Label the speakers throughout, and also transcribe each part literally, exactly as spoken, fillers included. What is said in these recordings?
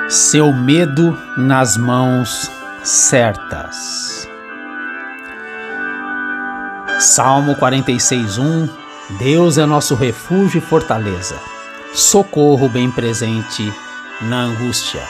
Speaker 1: Seu medo nas mãos certas. Salmo quarenta e seis, um. Deus é nosso refúgio e fortaleza, socorro bem presente na angústia.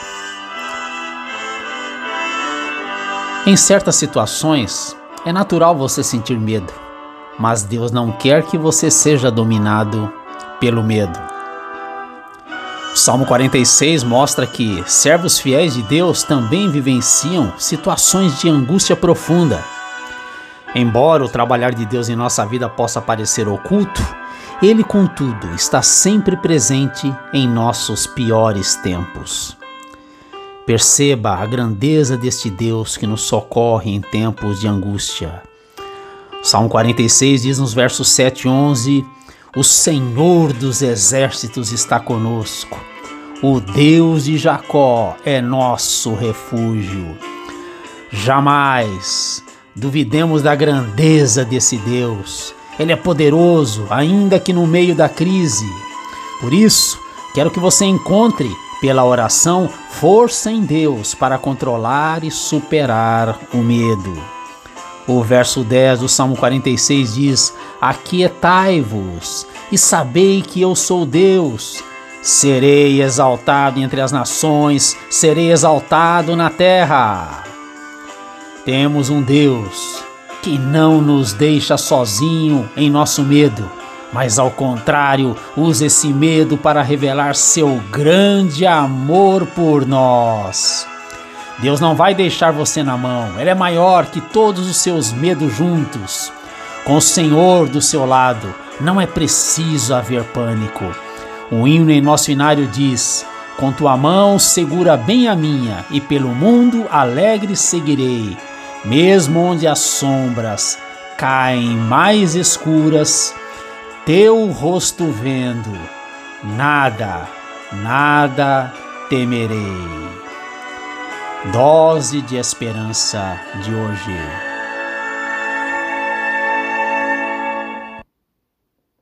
Speaker 1: Em certas situações, é natural você sentir medo, mas Deus não quer que você seja dominado pelo medo. O Salmo quarenta e seis mostra que servos fiéis de Deus também vivenciam situações de angústia profunda. Embora o trabalhar de Deus em nossa vida possa parecer oculto, Ele, contudo, está sempre presente em nossos piores tempos. Perceba a grandeza deste Deus que nos socorre em tempos de angústia. O Salmo quarenta e seis diz nos versos sete e onze: O Senhor dos exércitos está conosco. O Deus de Jacó é nosso refúgio. Jamais duvidemos da grandeza desse Deus. Ele é poderoso, ainda que no meio da crise. Por isso, quero que você encontre, pela oração, força em Deus para controlar e superar o medo. O verso dez do Salmo quarenta e seis diz: Aquietai-vos e sabei que eu sou Deus. Serei exaltado entre as nações, serei exaltado na terra. Temos um Deus que não nos deixa sozinho em nosso medo, mas ao contrário, usa esse medo para revelar seu grande amor por nós. Deus não vai deixar você na mão, Ele é maior que todos os seus medos juntos. Com o Senhor do seu lado, não é preciso haver pânico. O hino em nosso inário diz: Com tua mão segura bem a minha, e pelo mundo alegre seguirei. Mesmo onde as sombras caem mais escuras, teu rosto vendo, nada, nada temerei. Dose de esperança de hoje.